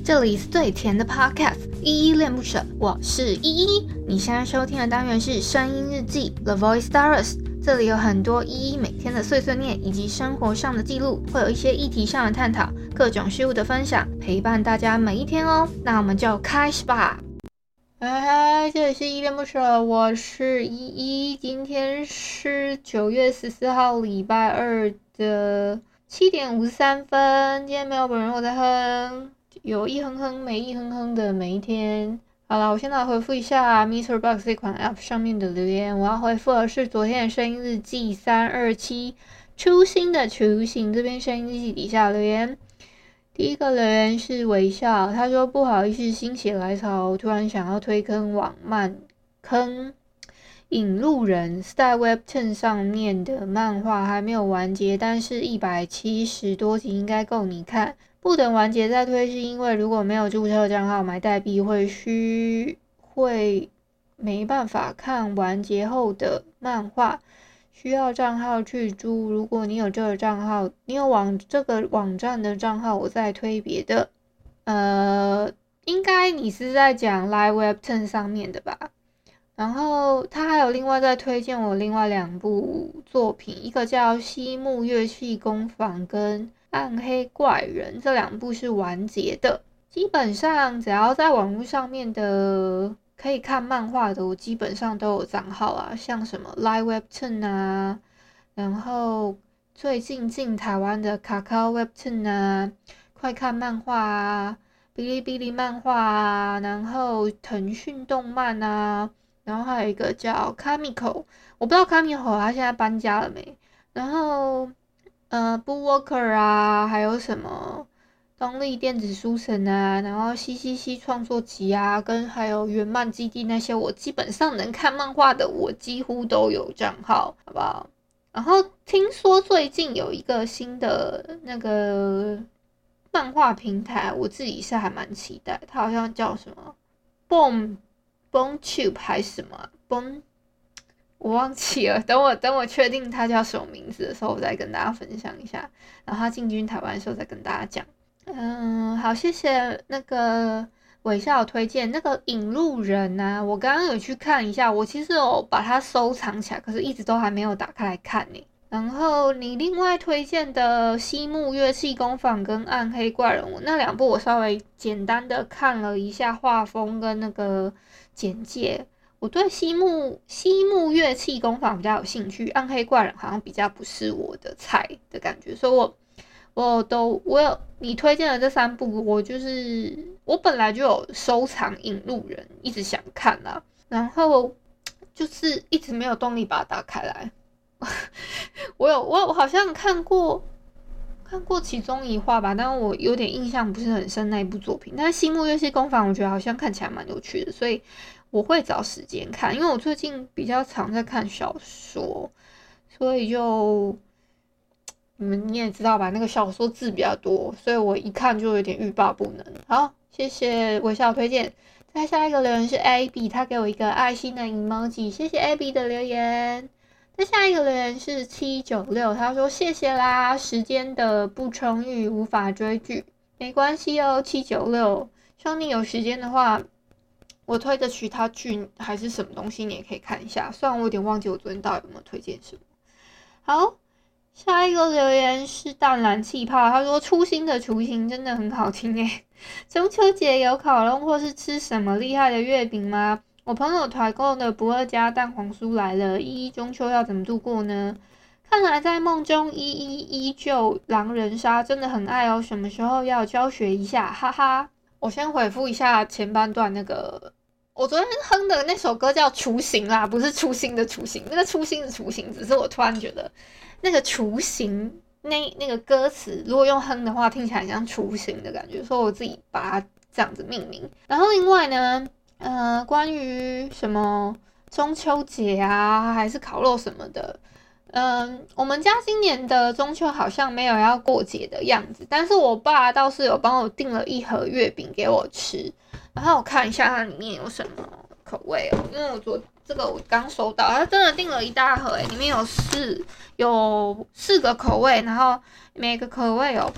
这里是最甜的 Podcast， 依依恋不舍，我是依依。你现在收听的单元是声音日记 The Voice Diaries， 这里有很多依依每天的碎碎念以及生活上的记录，会有一些议题上的探讨，各种事物的分享，陪伴大家每一天哦。那我们就开始吧。嗨，这里是依依恋不舍，我是依依。今天是9月14号礼拜二的7点53分，今天没有本人我在哼，有一哼哼没一哼哼的每一天。好了，我先来回复一下 MixerBox 这款 App 上面的留言。我要回复的是昨天的声音日记327初心的雏形这边声音日记底下留言。第一个留言是微笑，他说不好意思，心血来潮，突然想要推坑网漫坑引路人是在 Webtoon 上面的漫画，还没有完结，但是170多集应该够你看。不等完结再推，是因为如果没有注册账号买代币会没办法看完结后的漫画，需要账号去租。如果你有这个账号，你有这个网站的账号，我再推别的。应该你是在讲 Live Webtoon 上面的吧？然后他还有另外在推荐我另外2部作品，一个叫《西木乐器工坊》跟《暗黑怪人》，这2部是完结的。基本上只要在网络上面的可以看漫画的，我基本上都有账号啊，像什么 Live Webtoon 啊，然后最近进台湾的 Kakao Webtoon 啊，快看漫画啊，哔哩哔哩漫画啊，然后腾讯动漫啊，然后还有一个叫 Kamiko， 我不知道 Kamiko 他现在搬家了没。然后Bookworker 啊，还有什么东立电子书城啊，然后西创作集啊，跟还有原漫基地那些，我基本上能看漫画的，我几乎都有账号，好不好？然后听说最近有一个新的那个漫画平台，我自己是还蛮期待，它好像叫什么 BoomTube 还是什么我忘记了，等我确定它叫什么名字的时候，我再跟大家分享一下。然后它进军台湾的时候再跟大家讲。好，谢谢那个微笑推荐那个引路人啊，我刚刚有去看一下，我其实有把它收藏起来，可是一直都还没有打开来看呢。然后你另外推荐的西木乐器工坊跟暗黑怪人，我那2部我稍微简单的看了一下画风跟那个简介。我对西木乐器工坊比较有兴趣，暗黑怪人好像比较不是我的菜的感觉，所以我有你推荐的这3部，我本来就有收藏引路人，一直想看啦，然后就是一直没有动力把它打开来。我好像看过其中一话吧，但我有点印象不是很深那一部作品。但是西木乐器工坊我觉得好像看起来蛮有趣的，所以我会找时间看，因为我最近比较常在看小说，所以就你也知道吧，那个小说字比较多，所以我一看就有点欲罢不能。好，谢谢微笑推荐。再下一个留言是 Abby， 他给我一个爱心的 emoji， 谢谢 Abby 的留言。再下一个留言是796，他说谢谢啦，时间的不充裕无法追剧，没关系哦，796，希望你有时间的话，我推的其他剧还是什么东西你也可以看一下，虽然我有点忘记我昨天到底有没有推荐什么。好，下一个留言是淡蓝气泡，他说初心的雏形真的很好听耶，中秋节有烤肉或是吃什么厉害的月饼吗？我朋友团购的不二家蛋黄酥来了，依依中秋要怎么度过呢？看来在梦中依依依旧狼人杀真的很爱哦，什么时候要教学一下，哈哈。我先回复一下前半段那个，我昨天哼的那首歌叫雏形啦，不是初心的雏形，那个初心的雏形只是我突然觉得那个雏形那个歌词如果用哼的话听起来像雏形的感觉，所以我自己把它这样子命名。然后另外呢关于什么中秋节啊还是烤肉什么的，我们家今年的中秋好像没有要过节的样子，但是我爸倒是有帮我订了1盒月饼给我吃，然后我看一下它里面有什么口味哦，因为这个我刚收到，它真的订了一大盒里面有4个口味，然后每个口味有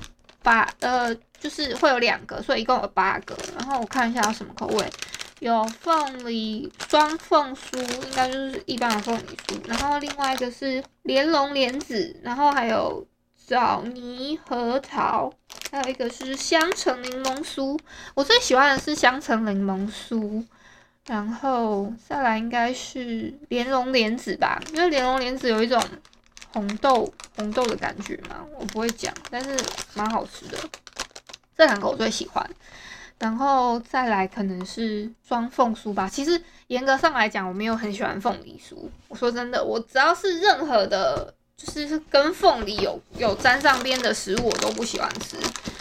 就是会有2个，所以一共有8个。然后我看一下有什么口味，有凤梨双凤酥，应该就是一般的凤梨酥。然后另外一个是莲蓉莲子，然后还有枣泥核桃，还有一个是香橙柠檬酥。我最喜欢的是香橙柠檬酥。然后再来应该是莲蓉莲子吧，因为莲蓉莲子有一种红豆的感觉嘛，我不会讲，但是蛮好吃的。这2个我最喜欢。然后再来可能是双凤酥吧。其实严格上来讲，我没有很喜欢凤梨酥。我说真的，我只要是任何的，就是跟凤梨有沾上边的食物，我都不喜欢吃。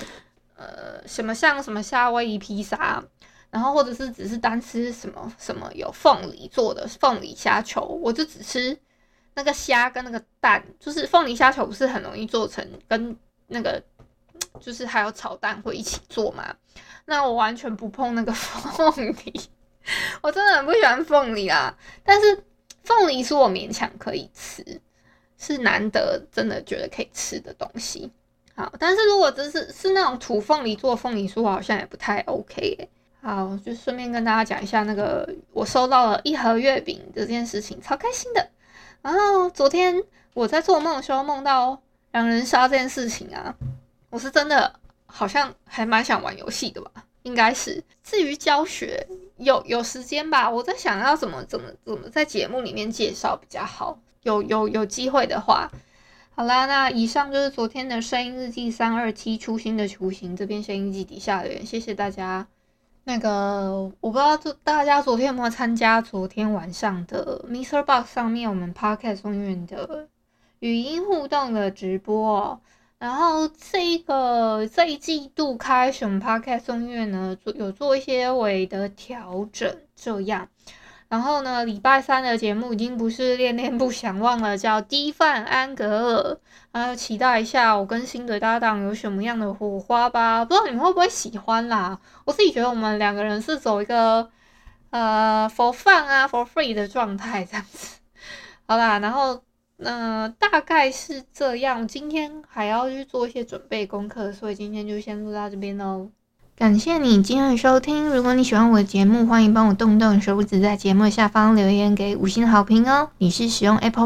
像什么夏威夷披萨。然后或者是只是单吃什么有凤梨做的凤梨虾球，我就只吃那个虾跟那个蛋，就是凤梨虾球不是很容易做成跟那个就是还有炒蛋会一起做嘛？那我完全不碰那个凤梨，我真的很不喜欢凤梨啦。但是凤梨酥我勉强可以吃，是难得真的觉得可以吃的东西。好，但是如果只是那种土凤梨做的凤梨酥，好像也不太 OK 欸。好，就顺便跟大家讲一下那个我收到了1盒月饼这件事情，超开心的。然后昨天我在做梦的时候梦到狼人杀这件事情啊，我是真的好像还蛮想玩游戏的吧，应该是。至于教学，有时间吧，我在想要怎么在节目里面介绍比较好，有机会的话。好啦，那以上就是昨天的声音日记327初心的雏形这边声音日记底下留言，谢谢大家。那个我不知道大家昨天有没有参加昨天晚上的 MixerBox 上面我们 Podcast 松院的语音互动的直播哦。然后这一季度开始我们 Podcast 松院呢有做一些微的调整这样。然后呢，礼拜3的节目已经不是恋恋不想忘了，叫低饭安格尔。然后期待一下我跟新的搭档有什么样的火花吧，不知道你们会不会喜欢啦。我自己觉得我们2个人是走一个for fun 啊 for free 的状态这样子。好啦，然后大概是这样。今天还要去做一些准备功课，所以今天就先录到这边咯。感谢你今天的收听，如果你喜欢我的节目，欢迎帮我动动手指在节目下方留言给5星好评哦。你是使用 Apple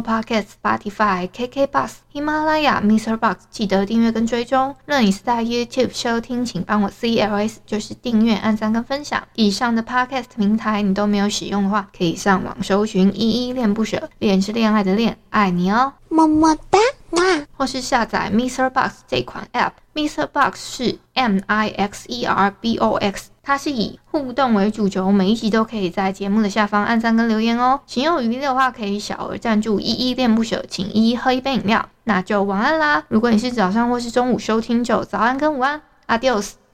Podcast、Spotify、KKBOX、喜马拉雅、MixerBox， 记得订阅跟追踪。若你是在 YouTube 收听，请帮我 CLS， 就是订阅、按赞跟分享。以上的 Podcast 平台你都没有使用的话，可以上网搜寻依依恋不舍，恋是恋爱的恋，爱你哦，么么哒。或是下载 MixerBox 这款 App。MixerBox 是 MIXERBOX， 它是以互动为主轴，每一集都可以在节目的下方按赞跟留言哦。情有余力的话，可以小额赞助依依恋不舍，请依依喝一杯饮料。那就晚安啦！如果你是早上或是中午收听，就早安跟午安。Adios。